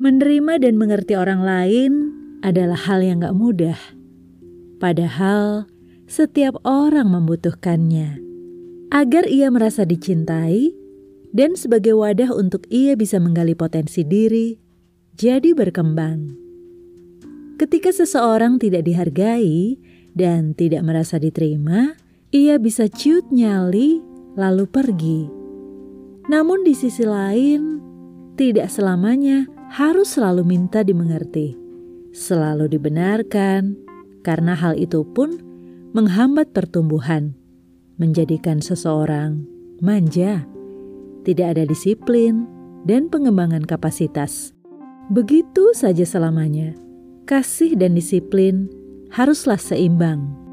Menerima dan mengerti orang lain adalah hal yang gak mudah. Padahal setiap orang membutuhkannya. Agar ia merasa dicintai dan sebagai wadah untuk ia bisa menggali potensi diri, jadi berkembang. Ketika seseorang tidak dihargai dan tidak merasa diterima, ia bisa ciut nyali lalu pergi. Namun di sisi lain, tidak selamanya harus selalu minta dimengerti, selalu dibenarkan, karena hal itu pun menghambat pertumbuhan, menjadikan seseorang manja, tidak ada disiplin dan pengembangan kapasitas. Begitu saja selamanya, kasih dan disiplin haruslah seimbang.